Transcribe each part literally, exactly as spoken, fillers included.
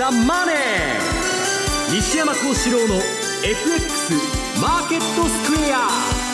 ザ・マネー、西山幸四郎の エフエックス マーケットスクエア。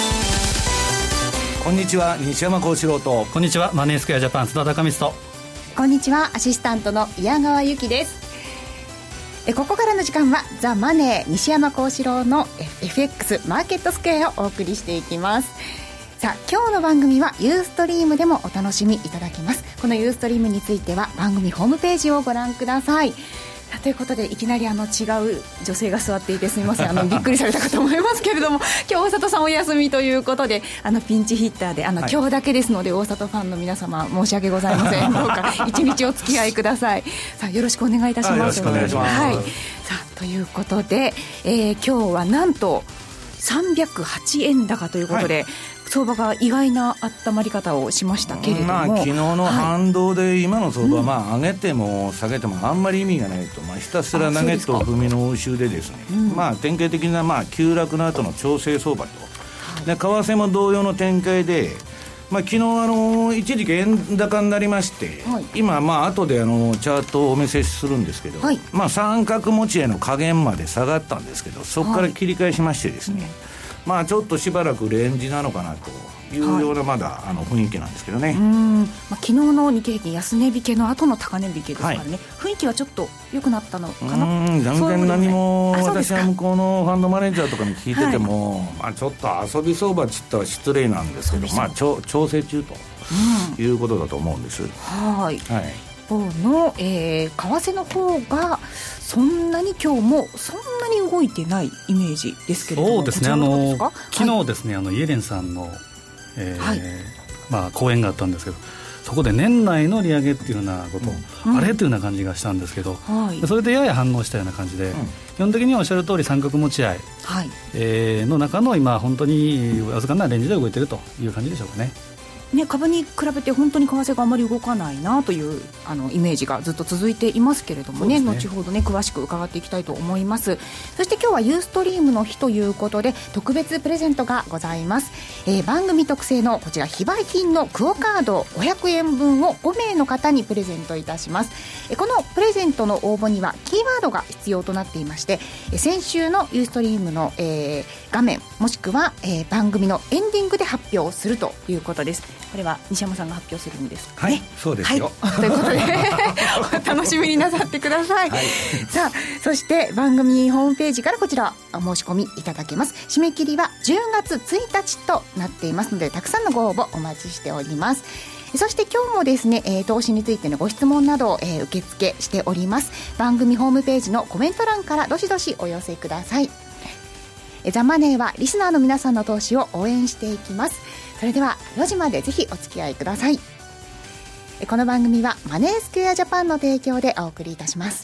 こんにちは、西山幸四郎と。 こんにちは、マネースクエアジャパン須田貴光と。 こんにちは、アシスタントの宮川由紀です。えここからの時間はザ・マネー西山幸四郎の エフエックス マーケットスクエアをお送りしていきます。さあ、今日の番組はユーストリームでもお楽しみいただけます。このユーストリームについては番組ホームページをご覧ください。さあ、ということでいきなりあの違う女性が座っていてすみません、あのびっくりされたかと思いますけれども、今日大里さんお休みということで、あのピンチヒッターであの、はい、今日だけですので大里ファンの皆様申し訳ございません。どうか一日お付き合いください。さあ、よろしくお願いいたします。 よろしくお願いします。 はい、さあ、ということで、えー、今日はなんとさんびゃくはちえん高ということで、はい、相場が意外な温まり方をしましたけれども、まあ、 昨日の反動で今の相場は、まあ、上げても下げてもあんまり意味がないと、まあ、ひたすら投げと踏みの応酬でですね、うん、まあ、典型的なまあ急落の後の調整相場と、はい、で為替も同様の展開で、まあ、昨日あの一時期円高になりまして、はい、今まあ後であのチャートをお見せするんですけど、はい、まあ、三角持ちへの加減まで下がったんですけど、そこから切り返しましてですね、はい、まあ、ちょっとしばらくレンジなのかなというようなまだ、はい、あの雰囲気なんですけどね。 うーん、まあ、昨日の日経平均安値引けの後の高値引けですからね、はい、雰囲気はちょっと良くなったのかな。 うーん、全然何も、私は向こうのファンドマネージャーとかに聞いてても、はい、まあ、ちょっと遊び相場って言ったら失礼なんですけど、まあ、調整中ということだと思うんです。うん、 はい、はい、一方の、えー、為替の方がそんなに今日もそんなに動いてないイメージですけれども。 そうですね、あの昨日ですね、はい、あのイエレンさんの、えーはい、まあ、講演があったんですけど、そこで年内の利上げっていうようなこと、うん、あれというような感じがしたんですけど、はい、それでやや反応したような感じで、うん、基本的にはおっしゃる通り三角持ち合い、はい、えー、の中の今本当にわずかなレンジで動いているという感じでしょうかね。 ね、株に比べて本当に為替があまり動かないなというあのイメージがずっと続いていますけれども ね, ね後ほど、ね、詳しく伺っていきたいと思います。そして今日はユーストリームの日ということで特別プレゼントがございます。えー、番組特製のこちら非売品のクオカードごひゃくえんぶんをごめいの方にプレゼントいたします。えー、このプレゼントの応募にはキーワードが必要となっていまして、えー、先週のユーストリームの、えー、画面もしくは、えー、番組のエンディングで発表するということです。これは西山さんが発表するんですかね。 はい、そうですよ、 はい、ということでお楽しみになさってください。はい、さあ、そして番組ホームページからこちらお申し込みいただけます。締め切りはじゅうがつついたちとなっていますので、たくさんのご応募お待ちしております。そして今日もですね、えー、投資についてのご質問などを、えー、受付しております。番組ホームページのコメント欄からどしどしお寄せください。ザ・マネーはリスナーの皆さんの投資を応援していきます。それではよじまでぜひお付き合いください。この番組はマネースクエアジャパンの提供でお送りいたします。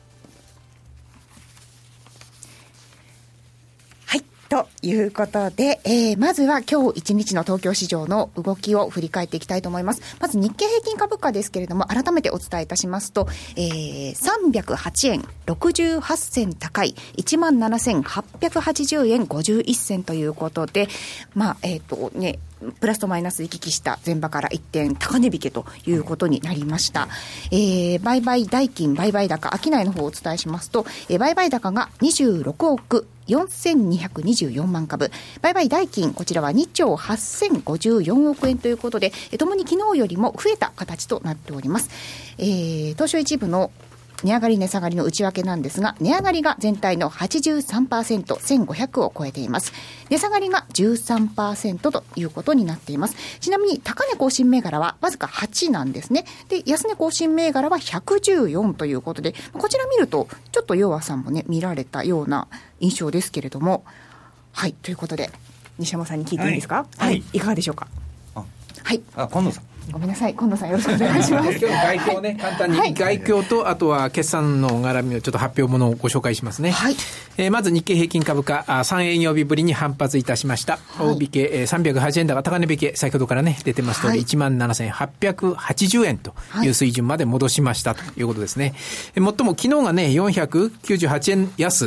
はい、ということで、えー、まずは今日いちにちの東京市場の動きを振り返っていきたいと思います。まず日経平均株価ですけれども、改めてお伝えいたしますと、えー、さんびゃくはちえんろくじゅうはちせん高い いちまんななせんはっぴゃくはちじゅうえんごじゅういっせんということで、まあ、えっとね、プラスとマイナス行き来した前場から一点高値引けということになりました。えー、売買代金売買高、商いの方をお伝えしますと、えー、売買高がにじゅうろくおくよんせんにひゃくにじゅうよんまんかぶ、売買代金こちらはにちょうはっせんごじゅうよんおくえんということで、えー、ともに昨日よりも増えた形となっております。えー、東証一部の値上がり値下がりの内訳なんですが、値上がりが全体の はちじゅうさんパーセント、せんごひゃくを超えています。値下がりが じゅうさんパーセント ということになっています。ちなみに高値更新銘柄はわずかはちなんですね。で、安値更新銘柄はひゃくじゅうよんということで、こちら見るとちょっと弱さもね見られたような印象ですけれども、はい、ということで西山さんに聞いていいですか。はい、はい、いかがでしょうか。 あ、 はい、 あ、近藤さん、 ごめんなさい、近藤さんよろしくお願いします。 今日の概況ね、簡単に、はい、概況とあとは決算の絡みをちょっと発表ものをご紹介しますね。はい、えー、まず日経平均株価さん営業日ぶりに反発いたしました。はい、大引け、えー、さんびゃくはちえん高、高値引け先ほどからね出てます通り、はい、いちまんななせんはっぴゃくはちじゅうえんという水準まで戻しましたということですね。はい、えー、もっとも昨日がねよんひゃくきゅうじゅうはちえん安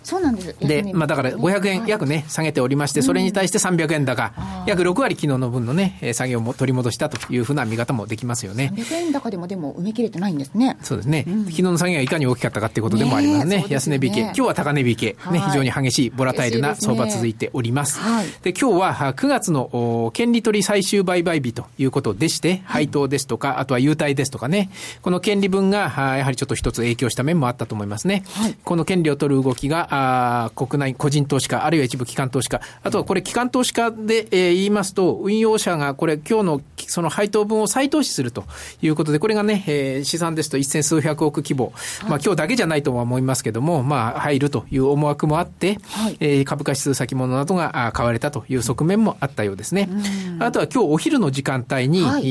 そうなんです。 で、まあだからごひゃくえん約ね、はい、下げておりまして、それに対してさんびゃくえん高、うん、約ろく割昨日の分のね、下げをも取り戻したというふうな見方もできますよね。 さんびゃくえん高でもでも埋め切れてないんですね。 そうですね。うん、昨日の下げがいかに大きかったかっていうことでもありますね。ね安値引け。今日は高値引け。ね、非常に激しいボラタイルな相場続いております。はい、で、今日はくがつの権利取り最終売買日ということでして、配当ですとか、あとは優待ですとかね、この権利分がやはりちょっと一つ影響した面もあったと思いますね。はい、この権利を取る動きがあ国内個人投資家あるいは一部機関投資家、あとはこれ機関投資家で、えー、言いますと運用者がこれ今日のその配当分を再投資するということで、これがね、えー、資産ですと一千数百億規模、まあ今日だけじゃないとは思いますけども、まあ入るという思惑もあって、はい、えー、株価指数先物などが買われたという側面もあったようですね。あとは今日お昼の時間帯に、はい、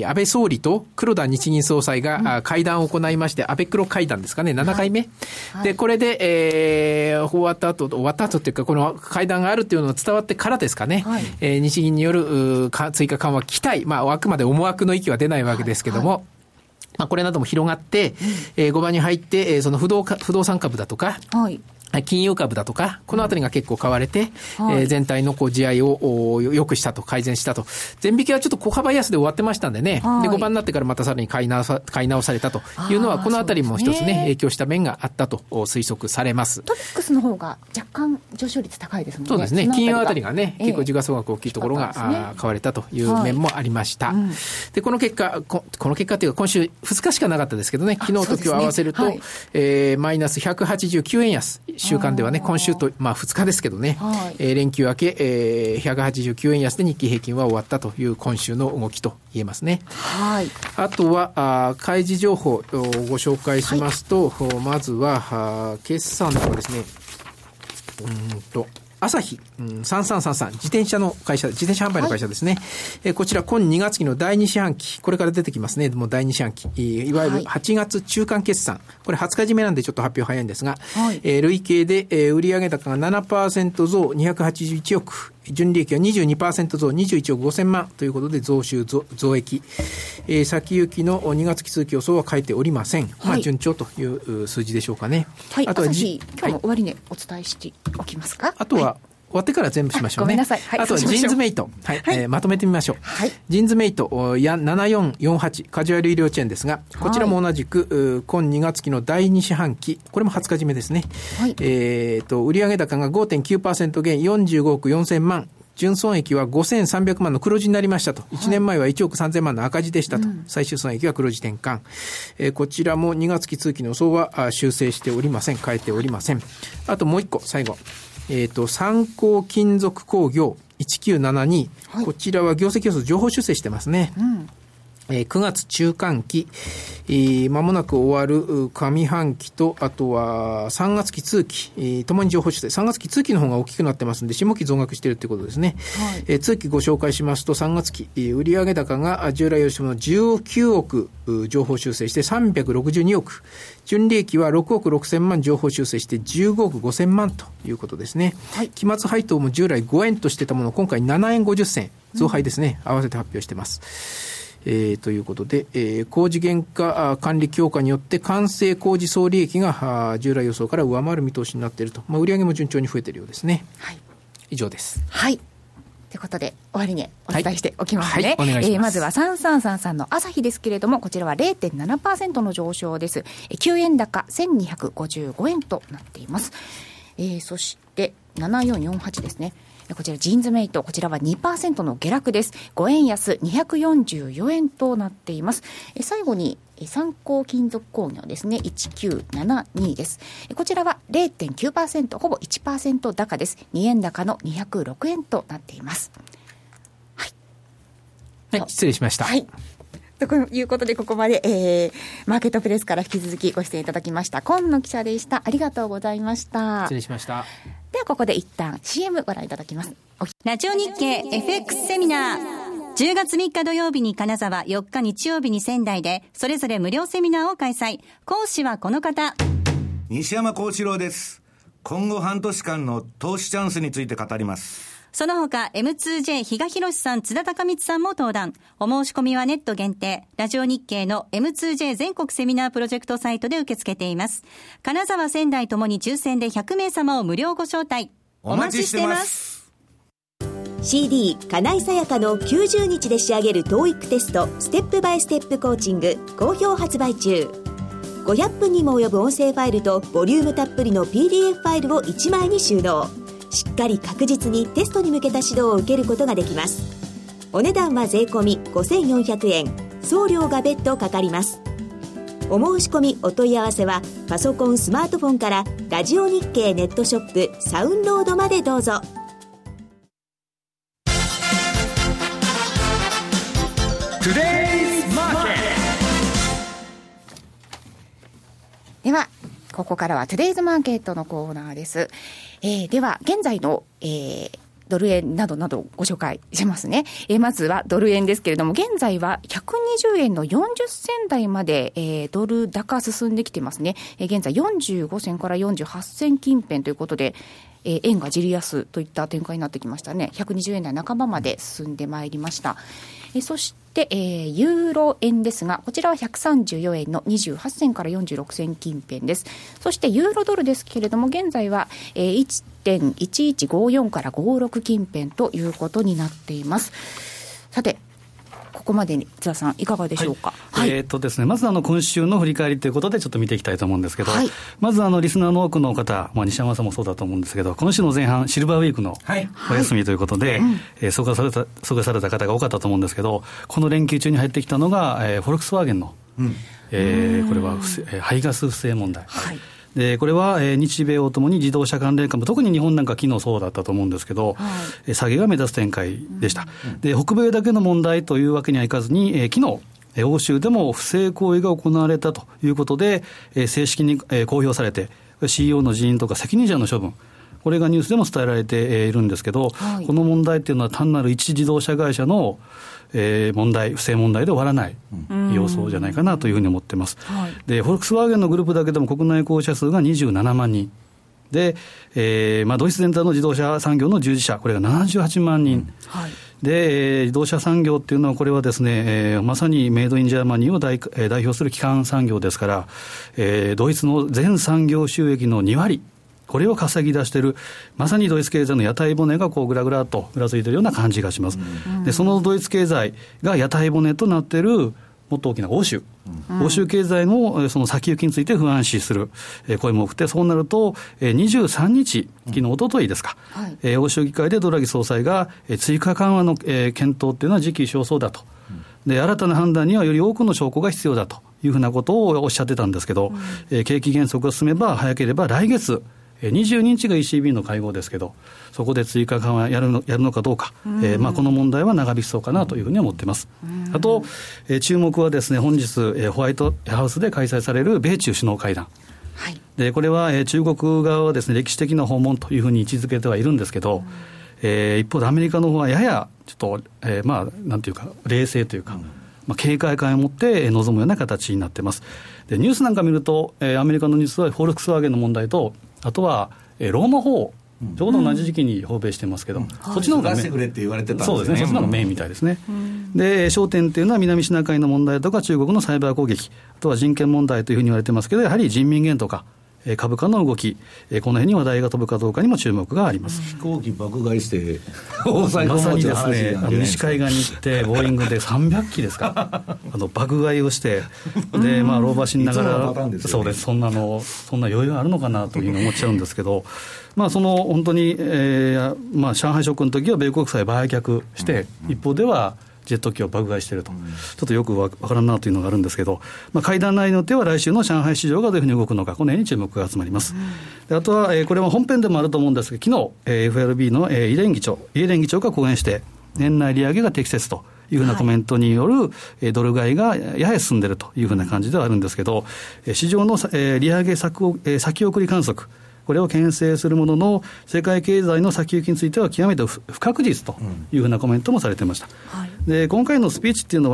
安倍総理と黒田日銀総裁が会談を行いまして、安倍黒会談ですかね、ななかいめ、はいはい、でこれで、えー、終わった後終わった後っていうかこの会談があるっていうのが伝わってからですかね、はい、えー、日銀による追加緩和期待、まああくまで思惑の域は出ないわけですけども、はいはい、まあ、これなども広がって、うん、えー、ごばんに入って、えー、その不動か不動産株だとか、はい、金融株だとか、このあたりが結構買われて、はい、えー、全体のこう地合いを良くしたと、改善したと。全引けはちょっと小幅安で終わってましたんでね。はい、で、ごばんになってからまたさらに買い直さ、買い直されたというのは、このあたりも一つね、影響した面があったと推測されます。 トピックスの方が若干上昇率高いですもんね。 そうですね。金融あたりがね、えー、結構時価総額大きいところが、ね、買われたという面もありました。はい、うん、で、この結果こ、この結果というか今週ふつかしかなかったですけどね、昨日と今日合わせると、ね、はい、えー、マイナスひゃくはちじゅうきゅうえん安、週間ではね、今週と、まあふつかですけどね、はい、えー、連休明け、えー、ひゃくはちじゅうきゅうえん安で日経平均は終わったという今週の動きと言えますね。はい、あとは、あ開示情報をご紹介しますと、はい、まずは、あ決算ではですね、うんと、朝日、うん、さんさんさんさん、自転車の会社、自転車販売の会社ですね。はい、えー、こちら、今にがつ期のだいに四半期、これから出てきますね。もうだいに四半期。いわゆるはちがつ中間決算。これはつか締めなんでちょっと発表早いんですが、はい、えー、累計で、えー、売上高が ななパーセント 増にひゃくはちじゅういちおく。純利益は にじゅうにパーセント 増にじゅういちおくごせんまんということで増収 増, 増益、えー、先行きのにがつ期通期予想は変えておりません。はい、まあ順調という数字でしょうかね。 はい、あとは朝日今日の終値お伝えしておきますか。はい、 あとは、はい、終わってから全部しましょうね。 ごめんなさい。はい、 あとはジーンズメイト。はい。はい、えー、まとめてみましょう。はい。ジーンズメイトやななよんよんはちカジュアル医療チェーンですが、こちらも同じく、今にがつ期のだいに四半期、これもはつか締めですね。はい。えっと、売上高が ごてんきゅうパーセント 減よんじゅうごおくよんせんまん。純損益はごせんさんびゃくまんの黒字になりましたと。いちねんまえはいちおくさんぜんまんの赤字でしたと。うん、最終損益は黒字転換。えー、こちらもにがつ期通期の予想は修正しておりません。変えておりません。あともう一個、最後。えっと、参考金属工業いちきゅうななに、はい、こちらは業績予想情報修正してますね。うん、えー、くがつ中間期、えー、間もなく終わる上半期と、あとはさんがつ期通期、えー、ともに情報修正。さんがつ期通期の方が大きくなってますんで、下期増額しているということですね。はい、えー、通期ご紹介しますと、さんがつ期、えー、売上高が従来よりもじゅうきゅうおく情報修正してさんびゃくろくじゅうにおく。純利益はろくおくろくせんまん情報修正してじゅうごおくごせんまんということですね。はい、期末配当も従来ごえんとしてたものを今回ななえんごじゅっせん増配ですね。うん、合わせて発表してます。えー、ということで、えー、工事原価管理強化によって完成工事総利益が従来予想から上回る見通しになっていると、まあ、売上も順調に増えているようですね。はい、以上です。 はい、ということで終わりにお伝えしておきますね。 はいはい、お願いします。 えー、まずはさんさんさんさんの朝日ですけれども、こちらは れいてんななパーセント の上昇です。きゅうえん高せんにひゃくごじゅうごえんとなっています。えー、そしてななよんよんはちですね。こちらジーンズメイト、こちらは にパーセント の下落です。ごえん安にひゃくよんじゅうよえんとなっています。え最後に参考金属工業ですね、いちきゅうななにです。こちらは れいてんきゅうパーセント、ほぼ いちパーセント 高です。にえん高のにひゃくろくえんとなっています。はい、 はい、失礼しました。 はい、ということでここまで、えー、マーケットプレスから引き続きご出演いただきました今野記者でした。ありがとうございました。 失礼しました。 ではここで一旦 シーエム ご覧いただきます。 ラジオ日経 エフエックス セミナー、じゅうがつみっか土曜日に金沢、よっか日曜日に仙台でそれぞれ無料セミナーを開催。講師はこの方、 西山幸四郎です。今後半年間の投資チャンスについて語ります。 その他 エムツージェー 比嘉博さん、津田孝光さんも登壇。お申し込みはネット限定。ラジオ日経の エムツージェー 全国セミナープロジェクトサイトで受け付けています。金沢仙台ともに抽選でひゃくめいさまを無料ご招待。お待ちしています。 シーディー 金井さやかのきゅうじゅうにちで仕上げる トーイック テストステップバイステップコーチング好評発売中。ごひゃっぷんにも及ぶ音声ファイルとボリュームたっぷりの ピーディーエフ ファイルをいちまいに収納。しっかり確実にテストに向けた指導を受けることができます。お値段は税込みごせんよんひゃくえん、送料が別途かかります。お申し込みお問い合わせはパソコンスマートフォンからラジオ日経ネットショップサウンロードまでどうぞ。 ではここからはトゥデイズマーケットのコーナーです。えー、では現在の、えー、ドル円などなどご紹介しますね。えー、まずはドル円ですけれども、現在はひゃくにじゅうえんのよんじゅっせん台まで、えー、ドル高進んできてますね。えー、現在よんじゅうごせんからよんじゅうはっせん近辺ということで、えー、円がじり安といった展開になってきましたね。ひゃくにじゅうえん台半ばまで進んでまいりました。えー、そして、えー、ユーロ円ですが、こちらはひゃくさんじゅうよえんのにじゅうはっせんからよんじゅうろくせん近辺です。そしてユーロドルですけれども、現在は、えー、いってんいちいちごよん からごじゅうろく近辺ということになっています。さてここまでに津田さんいかがでしょうか。 はい、えーとですね、まずあの今週の振り返りということでちょっと見ていきたいと思うんですけど、 はい、 まずあのリスナーの多くの方、まあ、西山さんもそうだと思うんですけど、今週の前半シルバーウィークのお休みということで、はい、えー、参加された参加された方が多かったと思うんですけど、この連休中に入ってきたのが、えー、フォルクスワーゲンの、うん、えー、これは不正、えー、排ガス不正問題、はい、でこれは、えー、日米をともに自動車関連株、特に日本なんか昨日そうだったと思うんですけど、はい、下げが目立つ展開でした、うん、で北米だけの問題というわけにはいかずに、えー、昨日欧州でも不正行為が行われたということで、えー、正式に、えー、公表されて シーイーオー の辞任とか責任者の処分、これがニュースでも伝えられているんですけど、はい、この問題っていうのは単なる一自動車会社の、えー、問題、不正問題で終わらない要素じゃないかなというふうに思っています、はい、でフォルクスワーゲンのグループだけでも国内公社数がにじゅうななまんにんで、えーまあ、ドイツ全体の自動車産業の従事者、これがななじゅうはちまんにん、うん、はい、で自動車産業っていうのはこれはですね、えー、まさにメイドインジャーマニーを 代,、えー、代表する基幹産業ですから、えー、ドイツの全産業収益のにわり、これを稼ぎ出している、まさにドイツ経済の屋台骨がこうぐらぐらとぐらついているような感じがします、うん、でそのドイツ経済が屋台骨となっているもっと大きな欧州、うん、欧州経済のその先行きについて不安視する声も多くて、そうなるとにじゅうさんにち、昨日おとといですか、うん、はい、欧州議会でドラギ総裁が追加緩和の検討というのは時期尚早だと、うん、で新たな判断にはより多くの証拠が必要だというふうなことをおっしゃってたんですけど、うん、景気減速が進めば早ければ来月にじゅうににちが イーシービー の会合ですけど、そこで追加緩和やるの、やるのかどうか、うん、えーまあ、この問題は長引きそうかなというふうに思っています、うん、あと、えー、注目はですね、本日、えー、ホワイトハウスで開催される米中首脳会談、はい、でこれは、えー、中国側はですね、歴史的な訪問というふうに位置づけてはいるんですけど、うん、えー、一方でアメリカの方はややちょっと、えー、まあなんていうか冷静というか、うん、まあ、警戒感を持って臨むような形になっています。でニュースなんか見ると、えー、アメリカのニュースはフォルクスワーゲンの問題と、あとは、えー、ローマ法、うん、ちょうど同じ時期に訪米してますけど、うん、そっちの方が出してくれって言われてたんですね。 そうですね、そっちの方がメインみたいですね、うん、で焦点というのは南シナ海の問題とか中国のサイバー攻撃、あとは人権問題というふうに言われてますけど、やはり人民元とか株価の動き、この辺に話題が飛ぶかどうかにも注目があります。 飛行機爆買いしてまさにですね、あの西海岸に行ってボーイングでさんびゃっきですかあの爆買いをしてで、まあ、老婆しながら、ね、そうです、そんなのそんな余裕あるのかなというふうに思っちゃうんですけどまあその本当に、えーまあ、上海ショックの時は米国債売却して、うんうん、一方ではジェット機を爆買いしていると、うん、ちょっとよくわからんなというのがあるんですけど、まあ、会談内によっては来週の上海市場がどういうふうに動くのか、この辺に注目が集まります、うん、であとは、えー、これは本編でもあると思うんですが、昨日、えー、エフアールビー の、えー、イエレン議長イエレン議長が講演して年内利上げが適切というふうなコメントによる、はい、えー、ドル買いがやや進んでいるというふうな感じではあるんですけど、えー、市場の、えー、利上げ先を、えー、先送り観測、これを牽制するものの世界経済の先行きについては極めて不確実というふうなコメントもされていました、うん、はい、で今回のスピーチっていうのは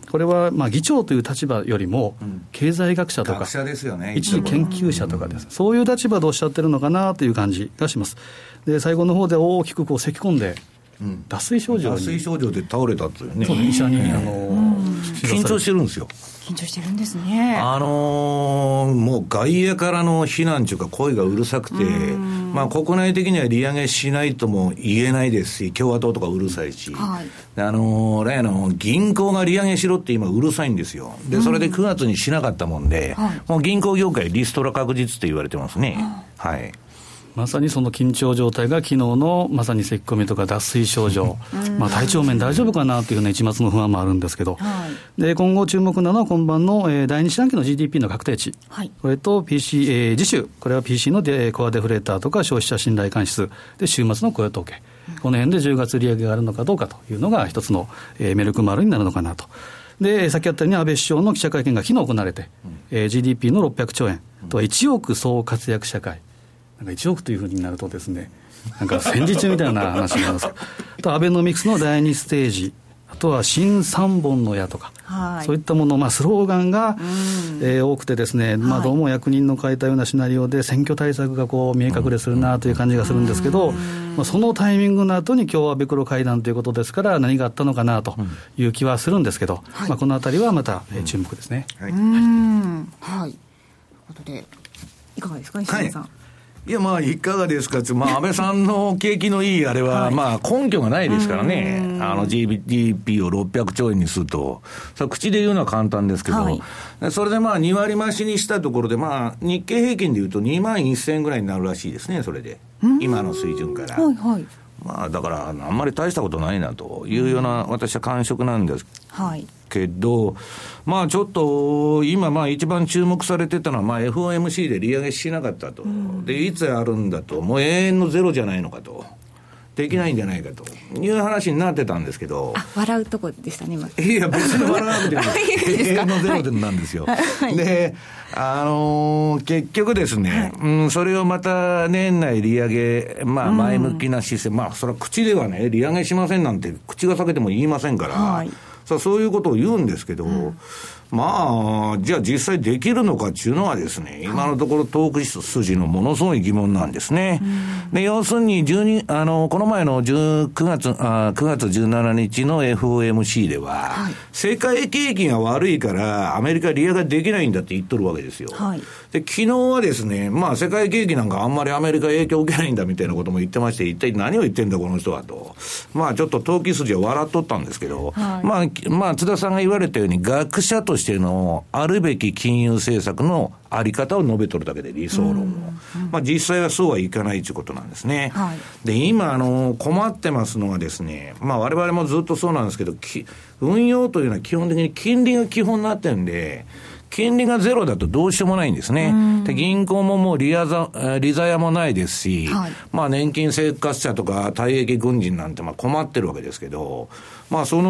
これはまあ議長という立場よりも経済学者とか、 学者ですよね、 一時研究者とかです、そういう立場でおっしゃってるのかなという感じがします。で最後の方で大きくこう咳き込んで、うん、脱水症状に脱水症状で倒れたというね。 そう医者にあの緊張してるんですよ。 緊張してるんですね。 あのー、もう外野からの非難というか声がうるさくて、まあ、国内的には利上げしないとも言えないですし、共和党とかうるさいし、はい、あのー、例の銀行が利上げしろって今うるさいんですよ。でそれでくがつにしなかったもんで、はい、もう銀行業界リストラ確実って言われてますね、はい、 まさにその緊張状態が昨日のまさに咳き込みとか脱水症状、まあ、体調面大丈夫かなという、ね、一末の不安もあるんですけど、はい、で今後注目なのは今晩の、えー、だいに四半期の ジーディーピー の確定値、はい、これと ピーシー、えー、次週これは ピーシー のデコアデフレーターとか消費者信頼感指数で週末の雇用統計、うん、この辺でじゅうがつ利上げがあるのかどうかというのが一つの、えー、メルクマールになるのかなと。でさっきあったように安倍首相の記者会見が昨日行われて、うんえー、ジーディーピー のろっぴゃくちょうえんとはいちおく総活躍社会、なんかいちおくというふうになるとですね、なんか戦時中みたいな話になるんですけどあとアベノミクスのだいにステージ、あとは新三本の矢とか、はい、そういったもの、まあ、スローガンが、えー、多くてですね、まあ、どうも役人の書いたようなシナリオで選挙対策がこう見え隠れするなという感じがするんですけど、まあ、そのタイミングの後に今日は米黒会談ということですから何があったのかなという気はするんですけど、はいまあ、このあたりはまた、えー、注目ですね。 はい、うんはい、ということでいかがですか石原さん。はいいやまあいかがですかって、まあ、安倍さんの景気のいいあれは、まあ根拠がないですからね、あの ジーディーピー をろっぴゃくちょうえんにすると、それ口で言うのは簡単ですけど、はい、それでまあに割増しにしたところで、まあ日経平均でいうとにまんせんえんぐらいになるらしいですね、それで、今の水準から。はいはいまあ、だからあんまり大したことないなというような私は感触なんですけど、はい、まあちょっと今まあ一番注目されてたのはまあ エフオーエムシー で利上げしなかったと、うん、でいつやるんだと、もう永遠のゼロじゃないのかと、できないんじゃないかという話になってたんですけど、 あ笑うとこでしたね今。 いや別に笑わなくても永遠のゼロなんですよ、はい、であのー、結局ですね、はいうん、それをまた年内利上げ、まあ、前向きな姿勢、うん、まあそれは口ではね利上げしませんなんて口が裂けても言いませんから、はい、さそういうことを言うんですけど、うんまあ、じゃあ実際できるのかっていうのはですね、今のところトーク筋のものすごい疑問なんですね。うん、で、要するにじゅうに、あの、この前のくがつ、あくがつじゅうしちにちの エフオーエムシー では、はい、世界景気が悪いからアメリカ利上げできないんだって言っとるわけですよ。はい、で、昨日はですね、まあ世界景気なんかあんまりアメリカ影響を受けないんだみたいなことも言ってまして、一体何を言ってんだこの人はと。まあちょっと投機筋は笑っとったんですけど、はい、まあ、まあ津田さんが言われたように学者としてのあるべき金融政策のあり方を述べとるだけで理想論を、うんうん、まあ、実際はそうはいかないということなんですね、はい、で今あの困ってますのはですね、まあ、我々もずっとそうなんですけど運用というのは基本的に金利が基本になってるんで金利がゼロだとどうしようもないんですね。で銀行ももう利ざ利ざやもないですし、はい、まあ年金生活者とか退役軍人なんてまあ困ってるわけですけど、まあそ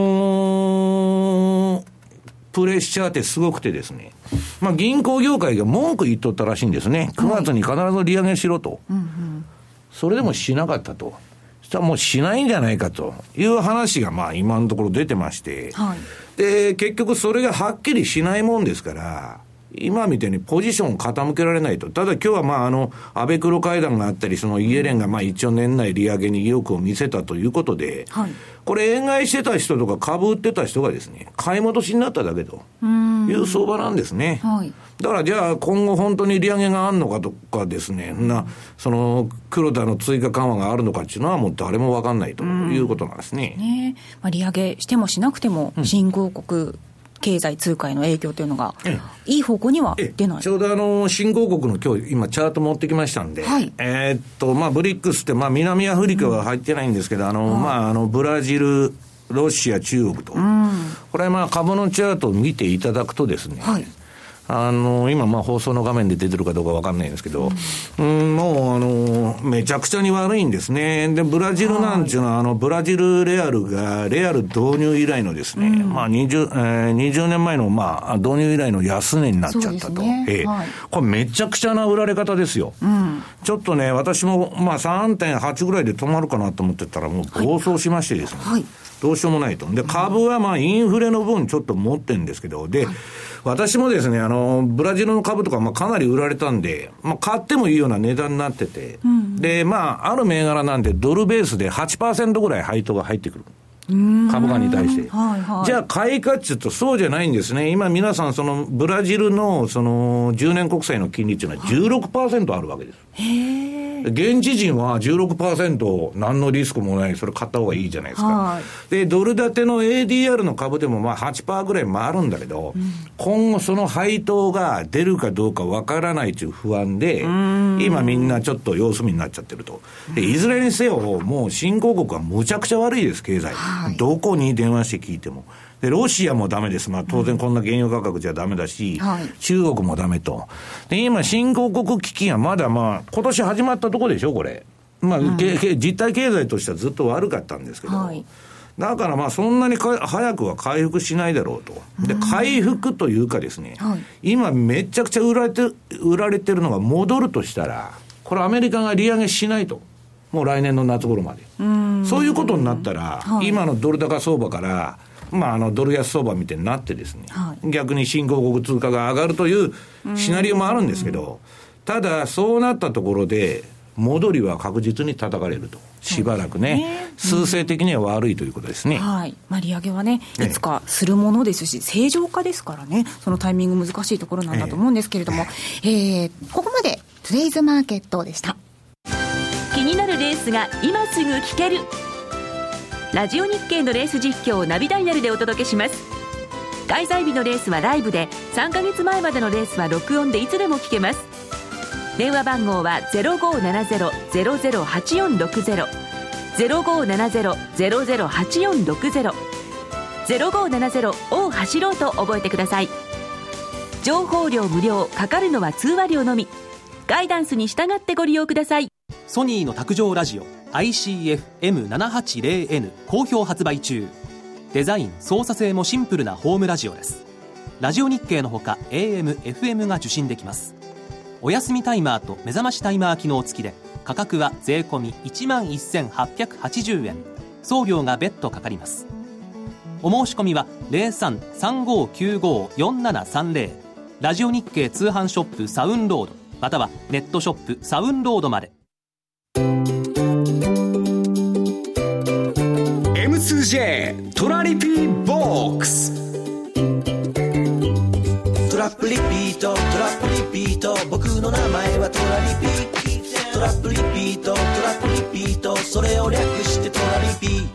のプレッシャーってすごくてですね、まあ銀行業界が文句言っとったらしいんですね。くがつに必ず利上げしろと。はい、それでもしなかったと。そしたらもうしないんじゃないかという話がまあ今のところ出てまして、はい、で結局それがはっきりしないもんですから、今みたいにポジションを傾けられないと。ただ今日はまああの安倍黒会談があったり、そのイエレンがまあ一応年内利上げに意欲を見せたということで、はい、これ円買いしてた人とか株売ってた人がですね買い戻しになっただけという相場なんですね。はい、だからじゃあ今後本当に利上げがあるのかとかですね、なその黒田の追加緩和があるのかっていうのはもう誰も分かんないということなんですね。 ね、まあ、利上げしてもしなくても新興国、うん経済通貨への影響というのがいい方向には出ない。 ちょうどあの新興国の今日今チャート持ってきましたんで、はい、えー、っとまあブリックスってまあ南アフリカは入ってないんですけど、うん、あのまああのブラジル、ロシア、中国と、うん、これはまあ株のチャートを見ていただくとですね、はい、あの今まあ放送の画面で出てるかどうかわかんないんですけど、うん、うん、もうあのめちゃくちゃに悪いんですね。でブラジルなんていうのはあのブラジルレアルがレアル導入以来のですね、うん、まあ 20,、えー、にじゅうねんまえのまあ導入以来の安値になっちゃったと、ね、えーはい、これめちゃくちゃな売られ方ですよ。うん、ちょっとね私もまあ さんてんはち ぐらいで止まるかなと思ってたらもう暴走しましてですね、はいはい、 どうしようもないと。で、株はまあインフレの分ちょっと持ってるんですけど、で、私もですね、あの、ブラジルの株とかまあかなり売られたんで、まあ買ってもいいような値段になってて、うん、で、まあ、ある銘柄なんでドルベースで はちパーセント ぐらい配当が入ってくる。株価に対して、はいはい、じゃあ買いかっていうとそうじゃないんですね。今皆さんそのブラジルのそのじゅうねん国債の金利っていうのは じゅうろくパーセント あるわけです。へー、現地人は じゅうろくパーセント 何のリスクもない、それ買った方がいいじゃないですか、はい、でドル建ての エーディーアール の株でもまあ はちパーセント ぐらい回るんだけど、うん、今後その配当が出るかどうかわからないという不安で、今みんなちょっと様子見になっちゃってると。でいずれにせよもう新興国はむちゃくちゃ悪いです、経済、はい、どこに電話して聞いても。でロシアもダメです、まあ、当然こんな原油価格じゃダメだし、うんはい、中国もダメと。で今新興国危機がまだまあ今年始まったところでしょこれ、まあうん、実体経済としてはずっと悪かったんですけど、はい、だからまあそんなにか早くは回復しないだろうと。で回復というかですね、はい、今めちゃくちゃ売られて売られてるのが戻るとしたら、これアメリカが利上げしないと、もう来年の夏頃まで、うん、そういうことになったら、はい、今のドル高相場からまあ、あのドル安相場みたいになってですね、はい、逆に新興国通貨が上がるというシナリオもあるんですけど、ただそうなったところで戻りは確実に叩かれると、しばらくね、ね、数勢的には悪いということですね、うんはいまあ、利上げはねいつかするものですし、正常化ですからね、そのタイミング難しいところなんだと思うんですけれども、えーえー、ここまでトゥデイズマーケットでした。 気になるレースが今すぐ聞ける、ラジオ日経のレース実況をナビダイヤルでお届けします。開催日のレースはライブで、さんかげつまえまでのレースは録音でいつでも聞けます。電話番号は ゼロごーななゼロ ゼロゼロはちよんろくゼロ ゼロごーななゼロ ゼロゼロはちよんろくゼロ ゼロごーななゼロを走ろうと覚えてください。情報料無料、かかるのは通話料のみ。ガイダンスに従ってご利用ください。 ソニーの卓上ラジオ アイシーエフエムななはちゼロエヌ 好評発売中。デザイン操作性もシンプルなホームラジオです。ラジオ日経のほか エーエム、エフエム が受信できます。お休みタイマーと目覚ましタイマー機能付きで、価格は税込み いちまんせんはっぴゃくはちじゅうえん、送料が別途かかります。お申し込みは ゼロさん さんごきゅうご よんななさんゼロ ラジオ日経通販ショップサウンロードまたはネットショップサウンロードまで。 エムツージェー トラリピーボックス。 トラップリピートトラップリピート、僕の名前はトラリピ。トラップリピートトラップリピート、それを略してトラリピ。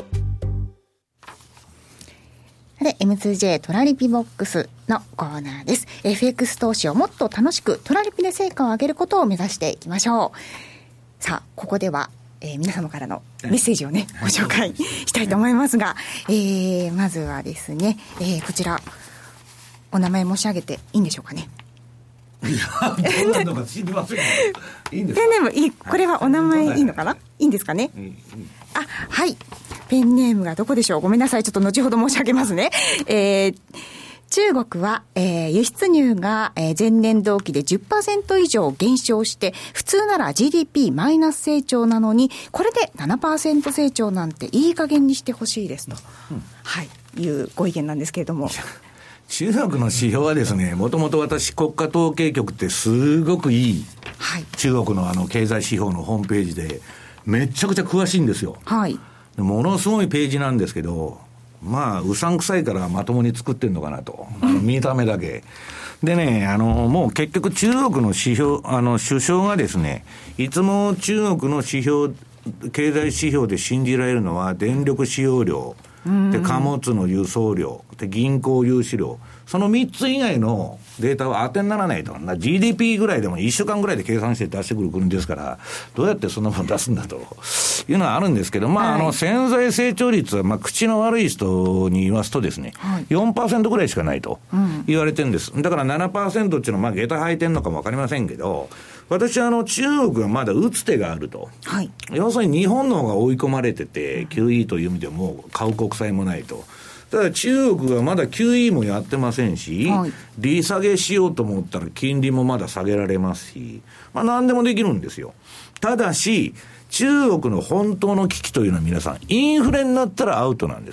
で エムツージェー トラリピボックスのコーナーです。 エフエックス 投資をもっと楽しくトラリピで成果を上げることを目指していきましょう。さあここではえー、皆様からのメッセージをねご紹介したいと思いますが、えー、まずはですね、えー、こちらお名前申し上げていいんでしょうかね。 いやどうなのか知りませんけどいいんですか。 ペンネームいい、これはお名前いいのかな、いいんですかね。あ、はい、ペンネームがどこでしょう。ごめんなさい、ちょっと後ほど申し上げますね。えー中国は、えー、輸出入が、えー、前年同期で じゅっパーセント 以上減少して、普通なら ジーディーピー マイナス成長なのに、これで ななパーセント 成長なんていい加減にしてほしいですと、うん、はい、いうご意見なんですけれども。 中国の指標はですね、もともと私国家統計局ってすごくいい、はい、中国のあの経済指標のホームページでめちゃくちゃ詳しいんですよ、はい、ものすごいページなんですけど、まあうさんくさいからまともに作ってるのかなと、あの見た目だけでね、あのもう結局中国の指標、あの首相がですね、いつも中国の指標、経済指標で信じられるのは電力使用量で、貨物の輸送量で、銀行融資量、そのみっつ以外のデータは当てにならないと。 ジーディーピー ぐらいでもいっしゅうかんぐらいで計算して出してくる国ですから、どうやってそんなもの出すんだというのはあるんですけど、まあ、はい、あの潜在成長率は、まあ、口の悪い人に言わすとですね、はい、よんパーセント ぐらいしかないと言われてるんです。だから ななパーセント っていうのはまあ下駄履いてるのかもわかりませんけど、私はあの中国はまだ打つ手があると、はい、要するに日本の方が追い込まれてて キューイー という意味でも買う国債もないと。ただ中国はまだ キューイー もやってませんし、はい、利下げしようと思ったら金利もまだ下げられますし、まあ何でもできるんですよ。ただし中国の本当の危機というのは皆さんインフレになったらアウトなんです。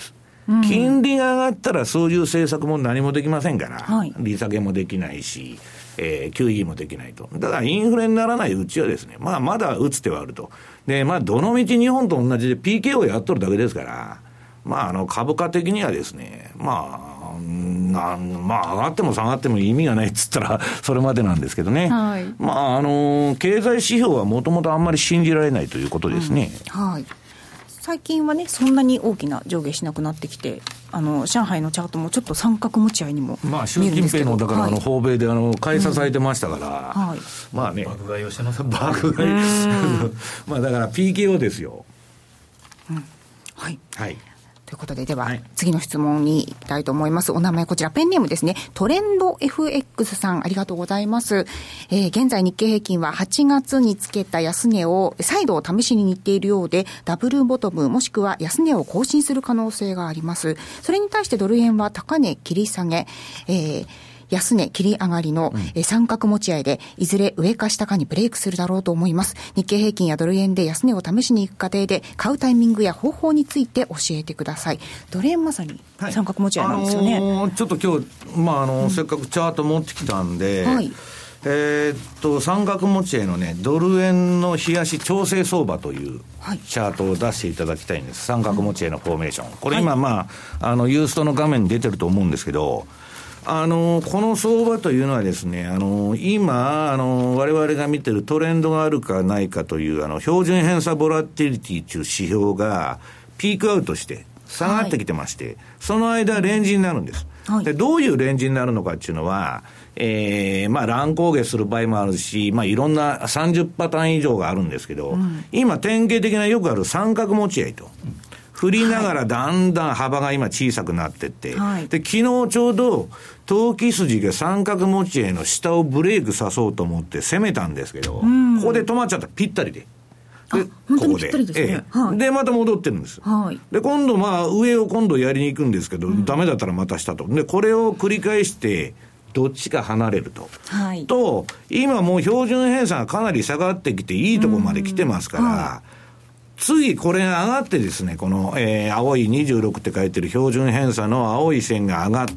うん、金利が上がったらそういう政策も何もできませんから、 はい、 利下げもできないし、えー、キューイー もできないと。だからインフレにならないうちはですね、まあまだ打つ手はあると。で、まあどのみち日本と同じで ピーケー をやっとるだけですから、まああの株価的にはですね、まあ、なまあ上がっても下がっても意味がないっつったらそれまでなんですけどね。はい、まああの、経済指標はもともとあんまり信じられないということですね。 うん、はい。最近はねそんなに大きな上下しなくなってきて、あの上海のチャートもちょっと三角持ち合いにも見えるんですけど、まあ、習近平のだから、はい、あの訪米であの買い支えてましたから、うんはい、まあね爆買いをしてます爆買いまあだから ピーケーオー ですよ、 うん、はい、 はいということで、では、はい、次の質問に行きたいと思います。お名前こちら、ペンネームですね。トレンド エフエックス さん、ありがとうございます。えー、現在日経平均ははちがつにつけた安値を再度試しに似ているようで、ダブルボトムもしくは安値を更新する可能性があります。それに対してドル円は高値切り下げ、えー安値切り上がりの、うん、三角持ち合いでいずれ上か下かにブレイクするだろうと思います。日経平均やドル円で安値を試しに行く過程で買うタイミングや方法について教えてください。ドル円まさに三角持ち合いなんですよね。はい、あのー、ちょっと今日、まああのーうん、せっかくチャート持ってきたんで、はい、えー、っと三角持ち合いのねドル円の冷やし調整相場というチャートを出していただきたいんです。三角持ち合いのフォーメーション、これ今、まあ、あのユーストの画面に出てると思うんですけど、あのこの相場というのはですね、あの今あの我々が見てるトレンドがあるかないかというあの標準偏差ボラティリティという指標がピークアウトして下がってきてまして、はい、その間レンジになるんです、はい、でどういうレンジになるのかっていうのは、えー、まあ乱高下する場合もあるし、まあいろんなさんじゅうパターン以上があるんですけど、うん、今典型的なよくある三角持ち合いと、うん、振りながらだんだん幅が今小さくなってって、はい、で昨日ちょうど投機筋が三角持ち合いの下をブレイクさそうと思って攻めたんですけど、うん、ここで止まっちゃった。ぴったりで。で本当にぴったりですね。 ここで、ええはい、でまた戻ってるんです、はい、で今度まあ上を今度やりに行くんですけど、うん、ダメだったらまた下と。でこれを繰り返してどっちか離れると、はい、と今もう標準偏差がかなり下がってきていいところまで来てますから、うんはい、次これが上がってですね、この、えー、青いにじゅうろくって書いてる標準偏差の青い線が上がって、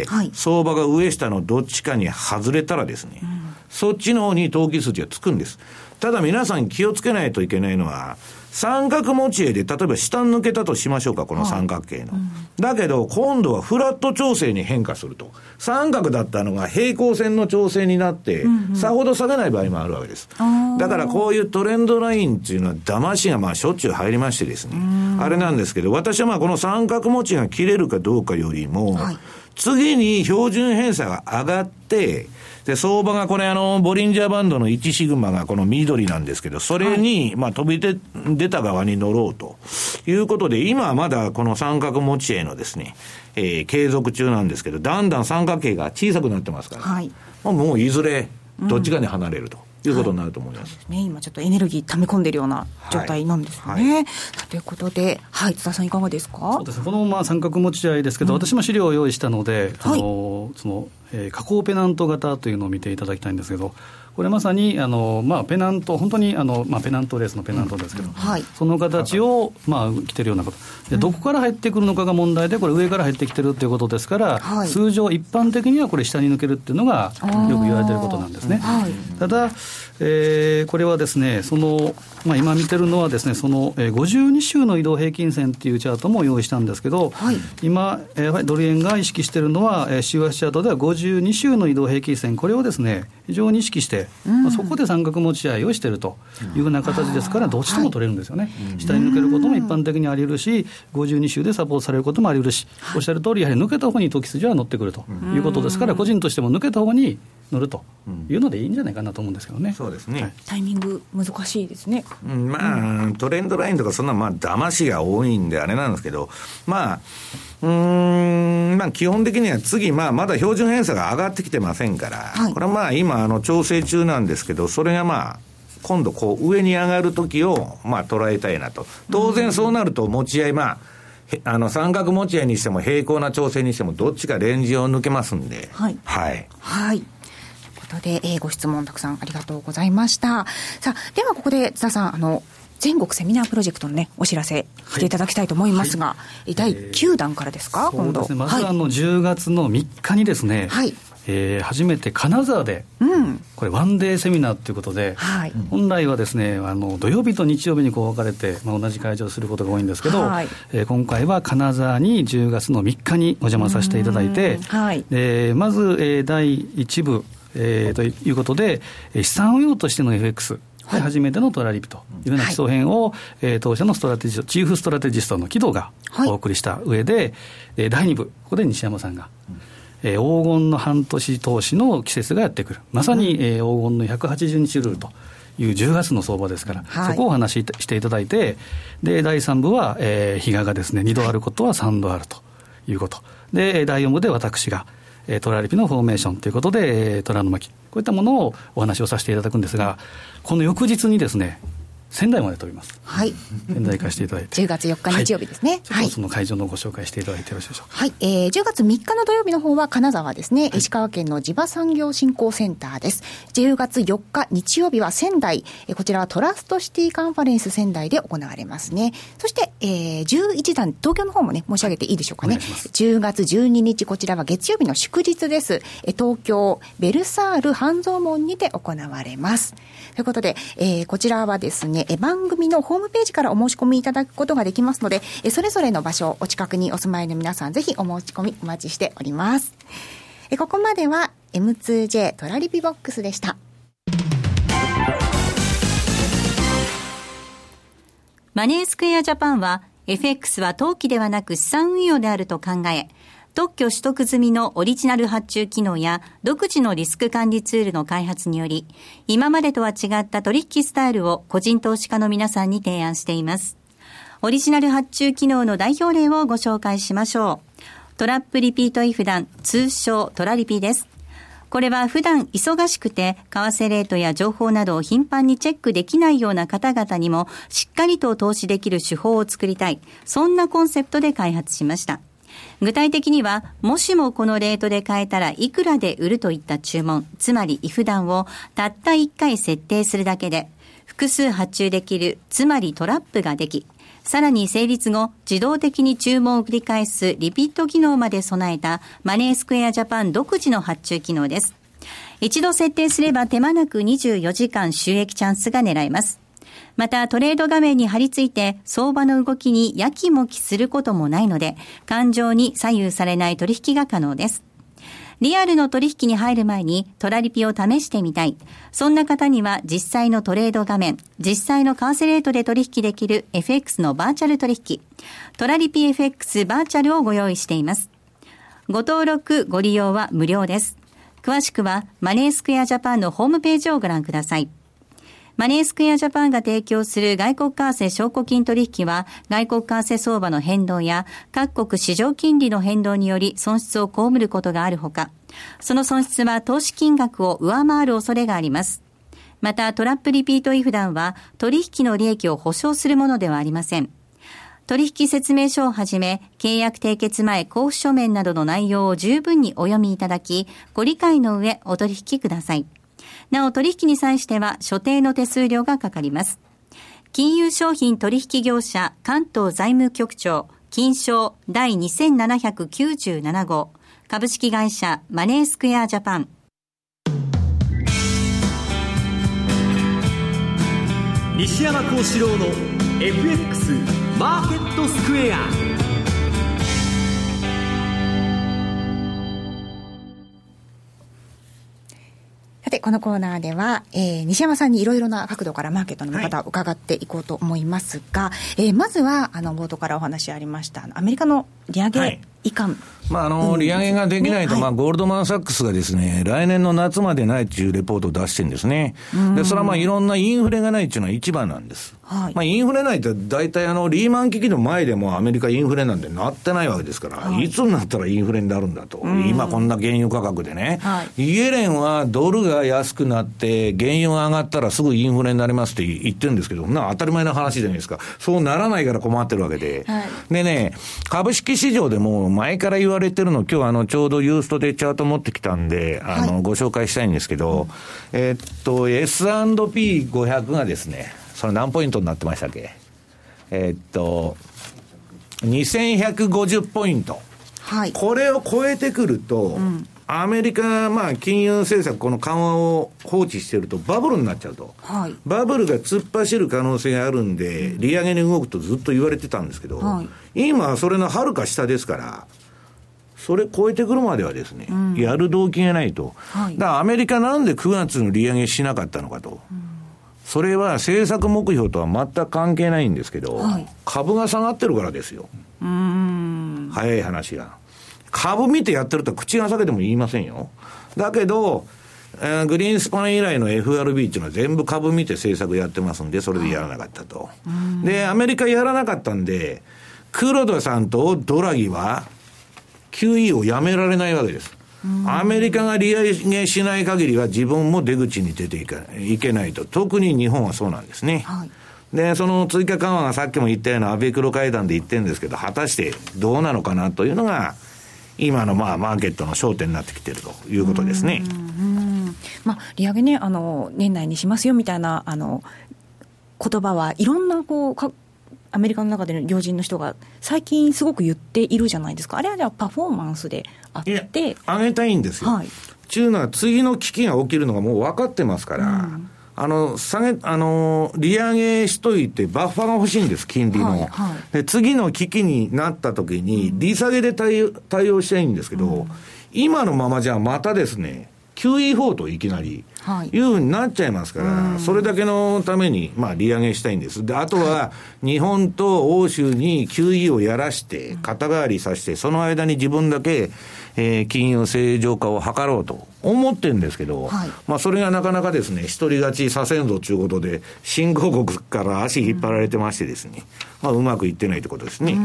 はい、相場が上下のどっちかに外れたらですね、うん、そっちの方に投機筋がつくんです。ただ皆さん気をつけないといけないのは、三角持ち合いで例えば下に抜けたとしましょうか、この三角形の、はいうん、だけど今度はフラット調整に変化すると、三角だったのが平行線の調整になって、うんうん、さほど下げない場合もあるわけです。だからこういうトレンドラインっていうのは騙しがまあしょっちゅう入りましてですね、あれなんですけど、私はまあこの三角持ちが切れるかどうかよりも、はい、次に標準偏差が上がってで相場がこれあのボリンジャーバンドのいちシグマがこの緑なんですけど、それにまあ飛び出出た側に乗ろうということで、今はまだこの三角持ち合いのですね、えー、継続中なんですけど、だんだん三角形が小さくなってますから、はい、もういずれどっちかに離れると、うんいうことになると思います、 はいね、今ちょっとエネルギー溜め込んでるような状態なんですよね、はいはい、ということで、はい、津田さんいかがですか。 そうですね、このまあ三角持ち合いですけど、うん、私も資料を用意したので、あのその、えー、下降ペナント型というのを見ていただきたいんですけど、これまさにあの、まあ、ペナント本当にあの、まあ、ペナントレースのペナントですけど、うんはい、その形を、まあ、着てるようなことで、どこから入ってくるのかが問題で、これ上から入ってきてるっていうことですから、はい、通常一般的にはこれ下に抜けるっていうのがよく言われてることなんですね、はい、ただ、えー、これはですね、その、まあ、今見てるのはですね、そのごじゅうに週の移動平均線っていうチャートも用意したんですけど、はい、今、えー、ドル円が意識しているのは、えー、週足チャートではごじゅうに週の移動平均線、これをですね非常に意識して、うんまあ、そこで三角持ち合いをしているというような形ですから、どっちとも取れるんですよね、はい、下に抜けることも一般的にあり得るし、ごじゅうに週でサポートされることもあり得るし、おっしゃる通りやはり抜けた方に投機筋は乗ってくるということですから、個人としても抜けた方に乗るというのでいいんじゃないかなと思うんですけどね。 そうですね、はい、 タイミング難しいですね、 うん、まあ、うん、トレンドラインとかそんなまあ騙しが多いんであれなんですけど、まあうーんまあ、基本的には次、まあ、まだ標準偏差が上がってきてませんから、はい、これはまあ今あの調整中なんですけど、それがまあ今度こう上に上がるときをまあ捉えたいなと。当然そうなると持ち合い、まああの三角持ち合いにしても平行な調整にしてもどっちかレンジを抜けますんで、はいはい、 はい、ということで、えー、ご質問たくさんありがとうございました。さあではここで津田さん、あの全国セミナープロジェクトのねお知らせしていただきたいと思いますが、はい、だいきゅうだんからですか、 えー、 今度。 そうですね、まずあのじゅうがつのみっかにですね、はい、えー、初めて金沢で、うん、これワンデーセミナーということで、はい、本来はですねあの土曜日と日曜日にこう分かれて、まあ、同じ会場をすることが多いんですけど、はい、えー、今回は金沢にじゅうがつのみっかにお邪魔させていただいて、はい、でまず、えー、だいいち部、えー、ということで資産運用としての エフエックス、はい、初めてのトラリピというような基礎編を、はい、えー、当社のストラテジストチーフストラテジストの木戸がお送りした上で、はい、だいに部、ここで西山さんが、うん、えー、黄金の半年投資の季節がやってくる、まさに、えー、黄金のひゃくはちじゅうにちルールというじゅうがつの相場ですから、はい、そこをお話ししていただいて、でだいさん部は、えー、比嘉がですねにどあることはさんどあるということで、だいよん部で私がトラリピのフォーメーションということで虎の巻、こういったものをお話をさせていただくんですが、この翌日にですね仙台まで飛びます。はい。仙台行かせていただいて。 じゅうがつよっか日曜日ですね。 はい。その会場のご紹介していただいてよろしいでしょうか。 はい。えー、じゅうがつみっかの土曜日の方は金沢ですね。はい、石川県の地場産業振興センターです。じゅうがつよっか日曜日は仙台。えー、こちらはトラストシティカンファレンス仙台で行われますね。そして、えー、じゅういちだん、東京の方もね、申し上げていいでしょうかね。じゅうがつじゅうににち、こちらは月曜日の祝日です。えー、東京ベルサール半蔵門にて行われます。ということで、えー、こちらはですね、えー、番組のホームページからお申し込みいただくことができますので、えそれぞれの場所お近くにお住まいの皆さんぜひお申し込みお待ちしております。えここまでは エムツージェー トラリピボックスでした。 マネースクエアジャパンは エフエックス は投機ではなく資産運用であると考え、特許取得済みのオリジナル発注機能や独自のリスク管理ツールの開発により、今までとは違った取引スタイルを個人投資家の皆さんに提案しています。オリジナル発注機能の代表例をご紹介しましょう。トラップリピートイフダン、通称トラリピです。これは普段忙しくて為替レートや情報などを頻繁にチェックできないような方々にもしっかりと投資できる手法を作りたい、そんなコンセプトで開発しました。具体的には、もしもこのレートで買えたらいくらで売るといった注文、つまりイフダンをたったいっかい設定するだけで複数発注できる、つまりトラップができ、さらに成立後自動的に注文を繰り返すリピート機能まで備えたマネースクエアジャパン独自の発注機能です。一度設定すれば手間なくにじゅうよじかん収益チャンスが狙えます。またトレード画面に貼り付いて相場の動きにやきもきすることもないので、感情に左右されない取引が可能です。リアルの取引に入る前にトラリピを試してみたい、そんな方には実際のトレード画面、実際の為替レートで取引できる エフエックス のバーチャル取引、トラリピ エフエックス バーチャルをご用意しています。ご登録ご利用は無料です。詳しくはマネースクエアジャパンのホームページをご覧ください。マネースクエアジャパンが提供する外国為替証拠金取引は、外国為替相場の変動や各国市場金利の変動により損失を被ることがあるほか、その損失は投資金額を上回る恐れがあります。またトラップリピートイフダンは取引の利益を保証するものではありません。取引説明書をはじめ契約締結前交付書面などの内容を十分にお読みいただき、ご理解の上お取引ください。なお取引に際しては所定の手数料がかかります。金融商品取引業者関東財務局長金商第にせんななひゃくきゅうじゅうなな号株式会社マネースクエアジャパン。 西山幸四郎の エフエックス マーケットスクエア。 さてこのコーナーでは、えー、西山さんにいろいろな角度からマーケットの見方を伺っていこうと思いますが、はい、えー、まずはあの冒頭からお話ありましたアメリカの利上げ、はい、いかん、 まあ、あの利上げができないと、まあ、ゴールドマン・サックスがですね、来年の夏までないというレポートを出してるんですね。でそれはまあいろんなインフレがないというのは一番なんです、はい。まあ、インフレないって大体あのリーマン危機の前でもアメリカインフレなんてなってないわけですから、はい、いつになったらインフレになるんだと、今こんな原油価格でね、はい、イエレンはドルが安くなって原油が上がったらすぐインフレになりますって言ってるんですけど、な当たり前の話じゃないですか。そうならないから困ってるわけで、はい、でね、株式市場でも前から言われてるの、今日あのちょうどユーストでチャート持ってきたんで、あの、はい、ご紹介したいんですけど、うん、えー、っと エスアンドピーごひゃく がですね、 それ何ポイントになってましたっけ。えー、っとにせんひゃくごじゅうポイント、はい、これを超えてくると、うん、アメリカ、まあ、金融政策この緩和を放置してるとバブルになっちゃうと、はい、バブルが突っ走る可能性があるんで利上げに動くとずっと言われてたんですけど、はい、今はそれのはるか下ですからそれ超えてくるまではですね、うん、やる動機がないと、はい、だからアメリカなんでくがつの利上げしなかったのかと、うん、それは政策目標とは全く関係ないんですけど、はい、株が下がってるからですよ。うーん、早い話が株見てやってると口が裂けても言いませんよ。だけど、えー、グリーンスパン以来の エフアールビー っていうのは全部株見て政策やってますんでそれでやらなかったと、はい、でアメリカやらなかったんで黒田さんとドラギは キューイー をやめられないわけです。アメリカが利上げしない限りは自分も出口に出ていかいけないと。特に日本はそうなんですね、はい、でその追加緩和がさっきも言ったようなアベクロ会談で言ってるんですけど果たしてどうなのかなというのが今のまあマーケットの焦点になってきているということですね。うんうん、まあ、利上げねあの年内にしますよみたいなあの言葉はいろんなこうかアメリカの中での要人の人が最近すごく言っているじゃないですか。あれはじゃあパフォーマンスであって上げたいんですよ、はい、というのは次の危機が起きるのがもう分かってますから、うん、あの下げあの利上げしといてバッファが欲しいんです金利の、はいはい、で次の危機になった時に利下げで対応、対応したいんですけど、うん、今のままじゃまたですね キューイーフォー といきなりいうふうになっちゃいますから、はい、それだけのために、まあ、利上げしたいんです。であとは日本と欧州に キューイー をやらして肩代わりさせてその間に自分だけ、えー、金融正常化を図ろうと思ってるんですけど、はい、まあ、それがなかなかですね一人勝ちさせんぞということで新興国から足引っ張られてましてですね、まあ、うまくいってないということですね。 うん、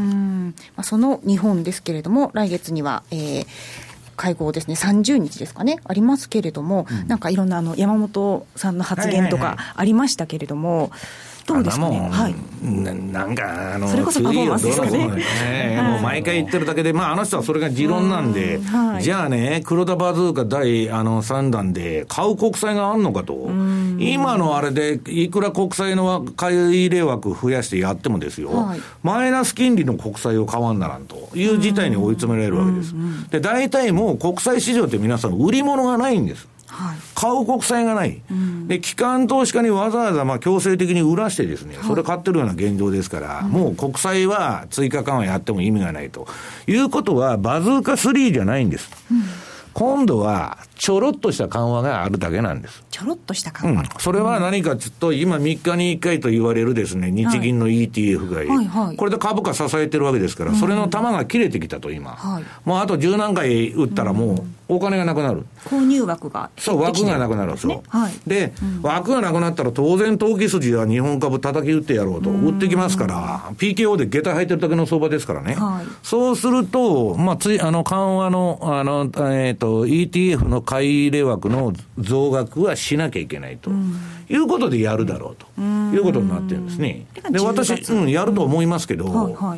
まあ、その日本ですけれども来月には、えー会合ですねさんじゅうにちですかねありますけれども、うん、なんかいろんなあの山本さんの発言とかありましたけれども、はいはいはい、どうですかね。はい、 な, なんかあのそれこそパフォーマンスですよね。 ね、もう毎回言ってるだけで、まあ、あの人はそれが持論なんで、はい、じゃあね黒田バズーカだいあのさんだんで買う国債があるのかと。今のあれでいくら国債の買い入れ枠増やしてやってもですよ、はい、マイナス金利の国債を買わんならんという事態に追い詰められるわけです。で大体もう国債市場って皆さん売り物がないんです。はい、買う国債がない、うん、で機関投資家にわざわざまあ強制的に売らしてですね、はい、それ買ってるような現状ですから、うん、もう国債は追加緩和やっても意味がないということはバズーカスリーじゃないんです、うん、今度はちょろっとした緩和があるだけなんです。 ちょろっとした緩和、うん、 それは何かちょっと今みっかにいっかいと言われるですね日銀の イーティーエフ 買い、はいはいはい、これで株価支えてるわけですから、うん、それの玉が切れてきたと今、はい、もうあと十何回打ったらもうお金がなくなる、 購入枠がそう枠がなくなるんですよ、はい、で、うん、枠がなくなったら当然投機筋は日本株叩き打ってやろうと売ってきますから ピーケーオー で下駄履いてるだけの相場ですからね、はい、そうすると、まあ、ついあの緩和の、あの、えーと、イーティーエフ の買い入れ枠の増額はしなきゃいけないということでやるだろうということになってるんですね。で私、うん、やると思いますけど、はいはい、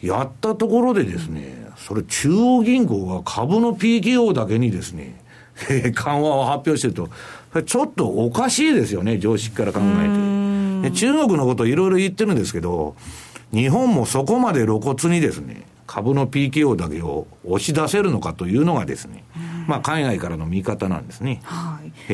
やったところでですねそれ中央銀行が株の ピーケーオー だけにですね緩和を発表してるとちょっとおかしいですよね常識から考えて。で中国のことをいろいろ言ってるんですけど日本もそこまで露骨にですね株の ピーケーオー だけを押し出せるのかというのがですね、まあ、海外からの見方なんですね、 はい、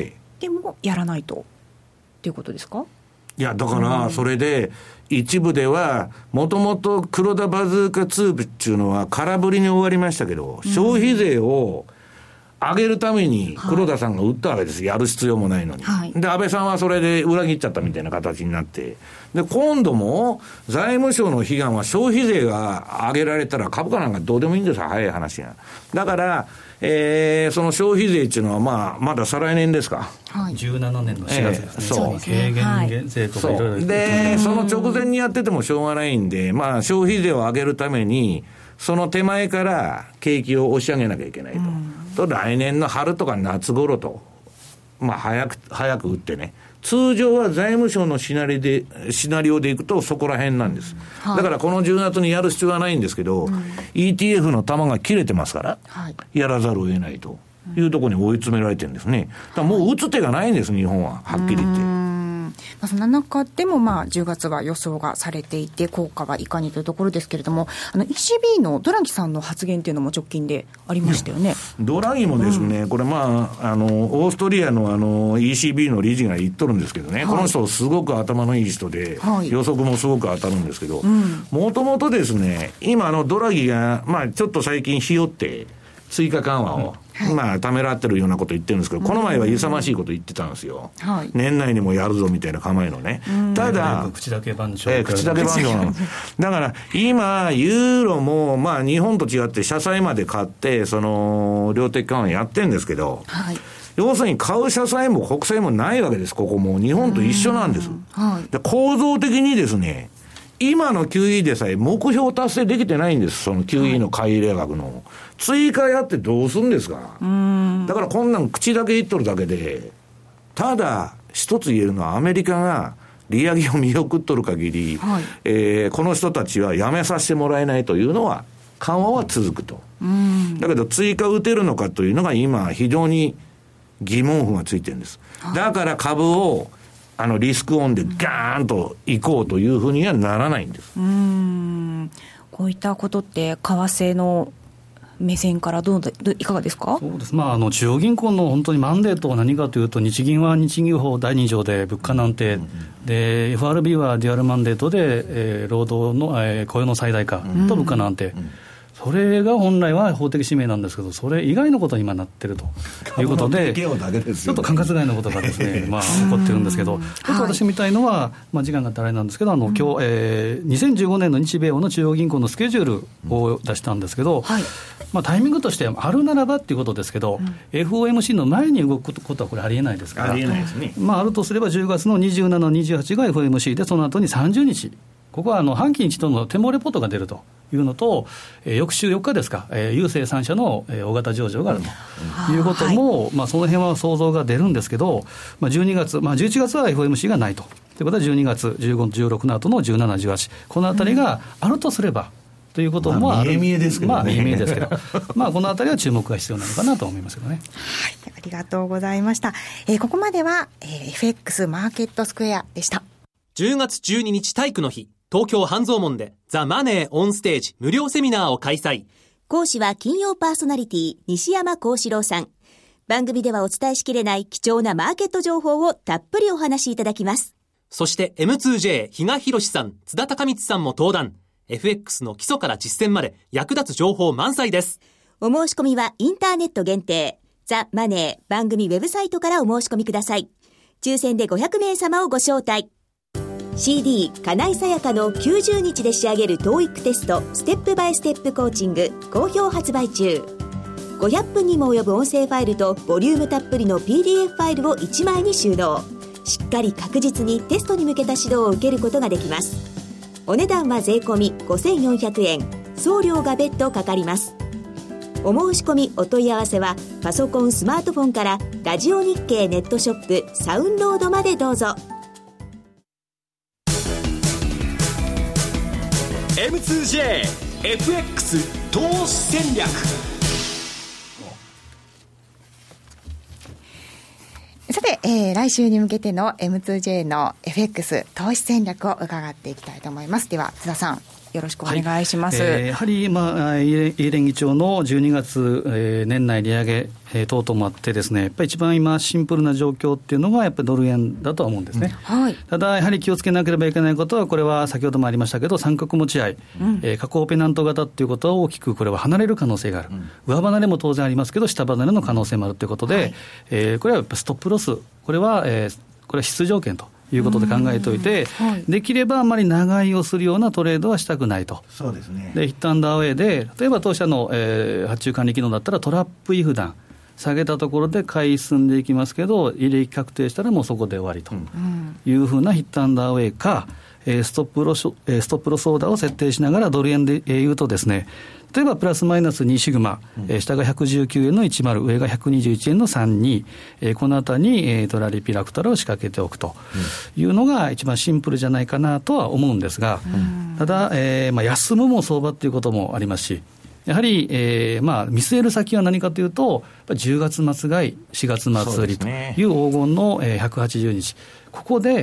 でもやらないとっていうことですか。 いやだからそれで一部ではもともと黒田バズーカツーっていうのは空振りに終わりましたけど、うん、消費税を上げるために黒田さんが打ったわけです、はい、やる必要もないのに、はい、で安倍さんはそれで裏切っちゃったみたいな形になってで今度も財務省の悲願は消費税が上げられたら株価なんかどうでもいいんですよ早い話が。だからえー、その消費税っていうのは、まあ、まだ再来年ですか、 はい、じゅうななねんのしがつですね、えー、 そう軽減税とかいろいろ言ってでその直前にやっててもしょうがないんで、まあ、消費税を上げるためにその手前から景気を押し上げなきゃいけないと、うん、と来年の春とか夏頃と、まあ、早く早く打ってね通常は財務省のシナリでシナリオでいくとそこら辺なんです、はい、だからこのじゅうがつにやる必要はないんですけど、うん、イーティーエフ の玉が切れてますから、はい、やらざるを得ないというところに追い詰められてるんですね。だからもう打つ手がないんです日本ははっきり言って。 まあ、そんな中でもまあじゅうがつは予想がされていて効果はいかにというところですけれども、あの イーシービー のドラギさんの発言というのも直近でありましたよね。 ドラギもですね、うん、これまああのオーストリアのあの イーシービー の理事が言っとるんですけどね、はい、この人すごく頭のいい人で、はい、予測もすごく当たるんですけど、もともとですね今あのドラギがまあちょっと最近ひよって追加緩和を、はい、まあためらってるようなこと言ってるんですけど、この前は勇ましいこと言ってたんですよ、はい、年内にもやるぞみたいな構えのね。ただ口だけ番長、 えー、口だけ番長なのだから今ユーロもまあ日本と違って社債まで買ってその量的緩和やってるんですけど、はい、要するに買う社債も国債もないわけです。ここも日本と一緒なんです、はい、で構造的にですね今の キューイー でさえ目標達成できてないんです。その キューイー の買い入れ額の追加やってどうするんですか。うーんだからこんなん口だけ言っとるだけで、ただ一つ言えるのはアメリカが利上げを見送っとる限り、はいえー、この人たちはやめさせてもらえないというのは緩和は続くと。うーんだけど追加打てるのかというのが今非常に疑問符がついてるんです。だから株をあのリスクオンでガーンと行こうというふうにはならないんです。 うーんこういったことって為替の目線からどうだいかがですか。 そうです、まあ、あの中央銀行の本当にマンデートは何かというと、日銀は日銀法だいに条で物価難定、うんうん、で エフアールビー はデュアルマンデートで、えー、労働の、えー、雇用の最大化と物価難定、うんうんそれが本来は法的使命なんですけど、それ以外のことに今なってるということで、ちょっと管轄外のことがですね、まあ、起こってるんですけど、ちょっと私みたいのは、まあ、時間があったらあれなんですけど、あの今日、えー、にせんじゅうごねんの日米欧の中央銀行のスケジュールを出したんですけど、はいまあ、タイミングとしてあるならばっていうことですけど、うん、エフオーエムシー の前に動くことはこれありえないですから、 ありえないですね。 まあ、あるとすればじゅうがつのにじゅうしち、にじゅうはちが エフオーエムシー で、その後にさんじゅうにち、ここはあの半期に一度の展望レポートが出るというのと、えー、翌週よっかですか、えー、郵政さん社の、えー、大型上場があるということも、はいまあ、その辺は想像が出るんですけど、まあ、じゅうにがつ、まあ、じゅういちがつは エフオーエムシー がないと。ということはじゅうにがつ、じゅうご、じゅうろくの後のじゅうなな、じゅうはち、このあたりがあるとすれば、うん、ということもある、 まあ、見え見えですけどね。 まあ、見え見えですけど、まあ、このあたりは注目が必要なのかなと思いますけどね。 はい、ありがとうございました。えー、ここまでは、えー、エフエックス マーケットスクエアでした。 じゅうがつじゅうににち体育の日、東京半蔵門でザ・マネー・オン・ステージ無料セミナーを開催。 講師は金曜パーソナリティ西山幸四郎さん。番組ではお伝えしきれない貴重なマーケット情報をたっぷりお話しいただきます。 そして エムツージェー 比嘉宏さん、津田孝光さんも登壇。 エフエックス の基礎から実践まで役立つ情報満載です。 お申し込みはインターネット限定、ザ・マネー番組ウェブサイトからお申し込みください。抽選でごひゃくめい様をご招待。シーディー 金井さやかのきゅうじゅうにちで仕上げる トーイック テストステップバイステップコーチング好評発売中。ごひゃっぷんにも及ぶ音声ファイルとボリュームたっぷりの ピーディーエフ ファイルをいちまいに収納。しっかり確実にテストに向けた指導を受けることができます。お値段は税込みごせんよんひゃくえん、送料が別途かかります。お申し込みお問い合わせはパソコンスマートフォンからラジオ日経ネットショップサウンロードまでどうぞ。 エムツージェー エフエックス 投資戦略。 さて、えー、来週に向けての エムツージェー の エフエックス 投資戦略を伺っていきたいと思います。では津田さん、よろしくお願いします。 はいえー、やはり、まあ、イエレン議長のじゅうにがつ、えー、年内利上げ、えー、等々もあってですね、やっぱり一番今シンプルな状況っていうのがやっぱりドル円だとは思うんですね、うんはい、ただやはり気をつけなければいけないことは、これは先ほどもありましたけど三角持ち合い、うんえー、下降ペナント型っていうことは大きくこれは離れる可能性がある、うん、上離れも当然ありますけど下離れの可能性もあるということで、はいえー、これはやっぱストップロス、これは、えー、これは必須条件ということで考えておいて、はい、できればあまり長居をするようなトレードはしたくないと。 そうですね。 でヒットアンダーウェイで、例えば当社の、えー、発注管理機能だったらトラップイフダン下げたところで買い進んでいきますけど、利益確定したらもうそこで終わりというふうなヒットアンダーウェイか、えー、ストップロス、えー、ストップロスオーダーを設定しながらドル円で言うとですね、例えばプラスマイナスにシグマ、うんえー、下がひゃくじゅうきゅうえんのじゅう、上がひゃくにじゅういちえんのさんじゅうに、えー、このあたりに、えー、トラリピラクタルを仕掛けておくというのが一番シンプルじゃないかなとは思うんですが、うん、ただ、えーまあ、休むも相場ということもありますし、やはり、えーまあ、見据える先は何かというと、じゅうがつ末買い、しがつ末売りという黄金のひゃくはちじゅうにち、ここで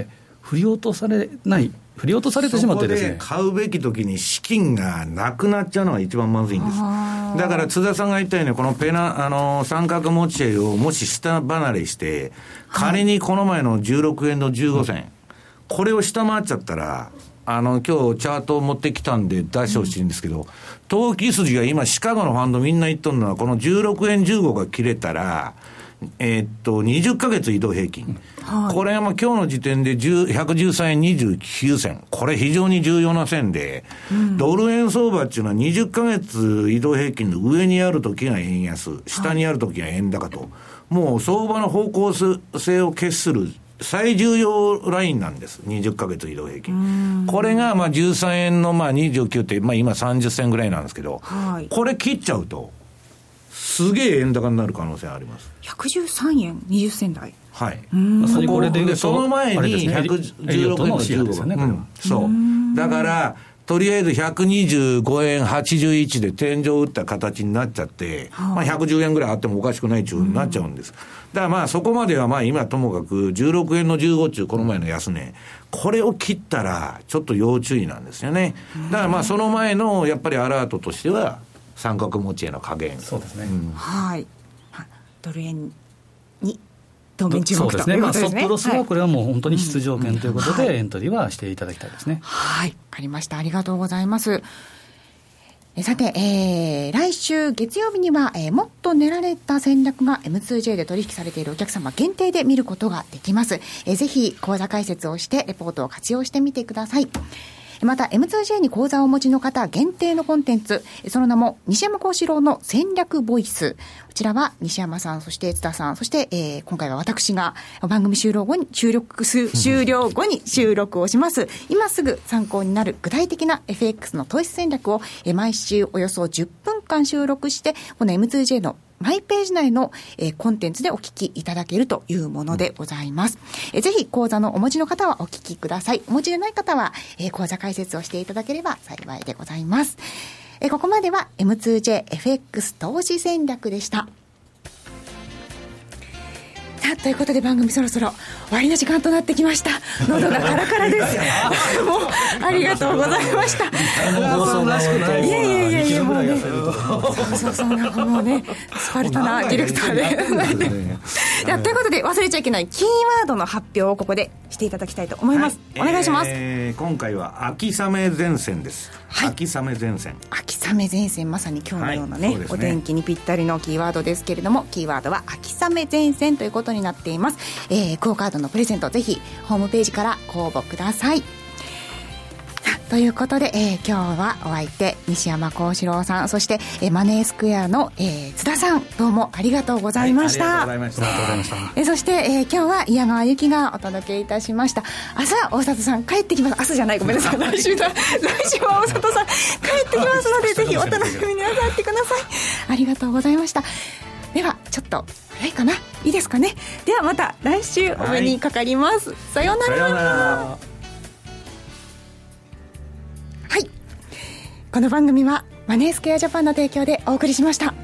振り落とされない振り落とされてしまってですね、 そこで買うべき時に資金がなくなっちゃうのが一番まずいんです。だから津田さんが言ったようにこのペナあの三角持ち合いをもし下離れして仮にこの前のじゅうろくえんのじゅうごせん、はい、これを下回っちゃったらあの今日チャートを持ってきたんで出してほしいんですけど、うん、投機筋が今シカゴのファンドみんな言っとるのはこのじゅうろくえんじゅうごが切れたらえー、っとにじゅっかげつ移動平均、はい、これはまあ今日の時点でひゃくじゅうさんえんにじゅうきゅうせん、これ非常に重要な線で、うん、ドル円相場っていうのはにじゅっかげつ移動平均の上にあるときが円安、下にあるときが円高と、はい、もう相場の方向性を決する最重要ラインなんです。にじゅっかげつ移動平均、これがまあじゅうさんえんのまあにじゅうきゅうって、まあ、今さんじゅっせんぐらいなんですけど、はい、これ切っちゃうとすげえ円高になる可能性あります。 ひゃくじゅうさんえんにじゅっせん台、 はい、 うんそこでその前にひゃくじゅうろくえんのじゅうご、ねうん、そうだからとりあえずひゃくにじゅうごえんはちじゅういちで天井を打った形になっちゃって、はあまあ、ひゃくじゅうえんぐらいあってもおかしくない中になっちゃうんです、うん、だからまあそこまではまあ今ともかくじゅうろくえんのじゅうご中この前の安値、これを切ったらちょっと要注意なんですよね。だからまあその前のやっぱりアラートとしては三角持ちへの加減、 そうですね、 うん、 はいドル円に当面注目ということですね。 そうですね、まあ、ストップロスはこれはもう本当に必要件ということで、はい、エントリーはしていただきたいですね。 はい、わかりました。ありがとうございます。えさて、えー、来週月曜日には、えー、もっと練られた戦略が エムツージェー で取引されているお客様限定で見ることができます。えー、ぜひ口座開設をしてレポートを活用してみてください。また エムツージェー に口座をお持ちの方限定のコンテンツ、その名も西山幸四郎の戦略ボイス。こちらは西山さん、そして津田さん、そして、えー、今回は私が番組終了後に収録す終了後に収録をします。今すぐ参考になる具体的な エフエックス の投資戦略を、えー、毎週およそじゅっぷんかん収録して、この エムツージェー のマイページ内の、えー、コンテンツでお聞きいただけるというものでございます。えー、ぜひ口座のお持ちの方はお聞きください。お持ちでない方は、えー、口座開設をしていただければ幸いでございます。えー、ここまでは エムツージェー エフエックス 投資戦略でした。さあということで番組そろそろ終わりの時間となってきました。喉がカラカラですもうありがとうございました。いやいやいやいやもうねそうそうそうなんかもうねスパルタなディレクターでいやということで忘れちゃいけないキーワードの発表をここでしていただきたいと思います、はい、お願いします、 えー、今回は秋雨前線です、はい、秋雨前線秋雨前線まさに今日のようなね、はい、ねお天気にぴったりのキーワードですけれども、キーワードは秋雨前線ということになっています。えー、クオカードのプレゼントぜひホームページからご応募ください。ということで、えー、今日はお相手西山幸四郎さん、そして、えー、マネースクエアの、えー、津田さん、どうもありがとうございました。 はい、ありがとうございました。 えー、そして、えー、今日は矢川由紀がお届けいたしました。明日大里さん帰ってきます。明日じゃないごめんなさい来週だ来週は大里さん帰ってきますのでぜひお楽しみになさってください。ありがとうございました。ではちょっと早いかな、いいですかね。ではまた来週お目にかかります、はい、さようなら。 さようなら。 はい、この番組はマネースクエアジャパンの提供でお送りしました。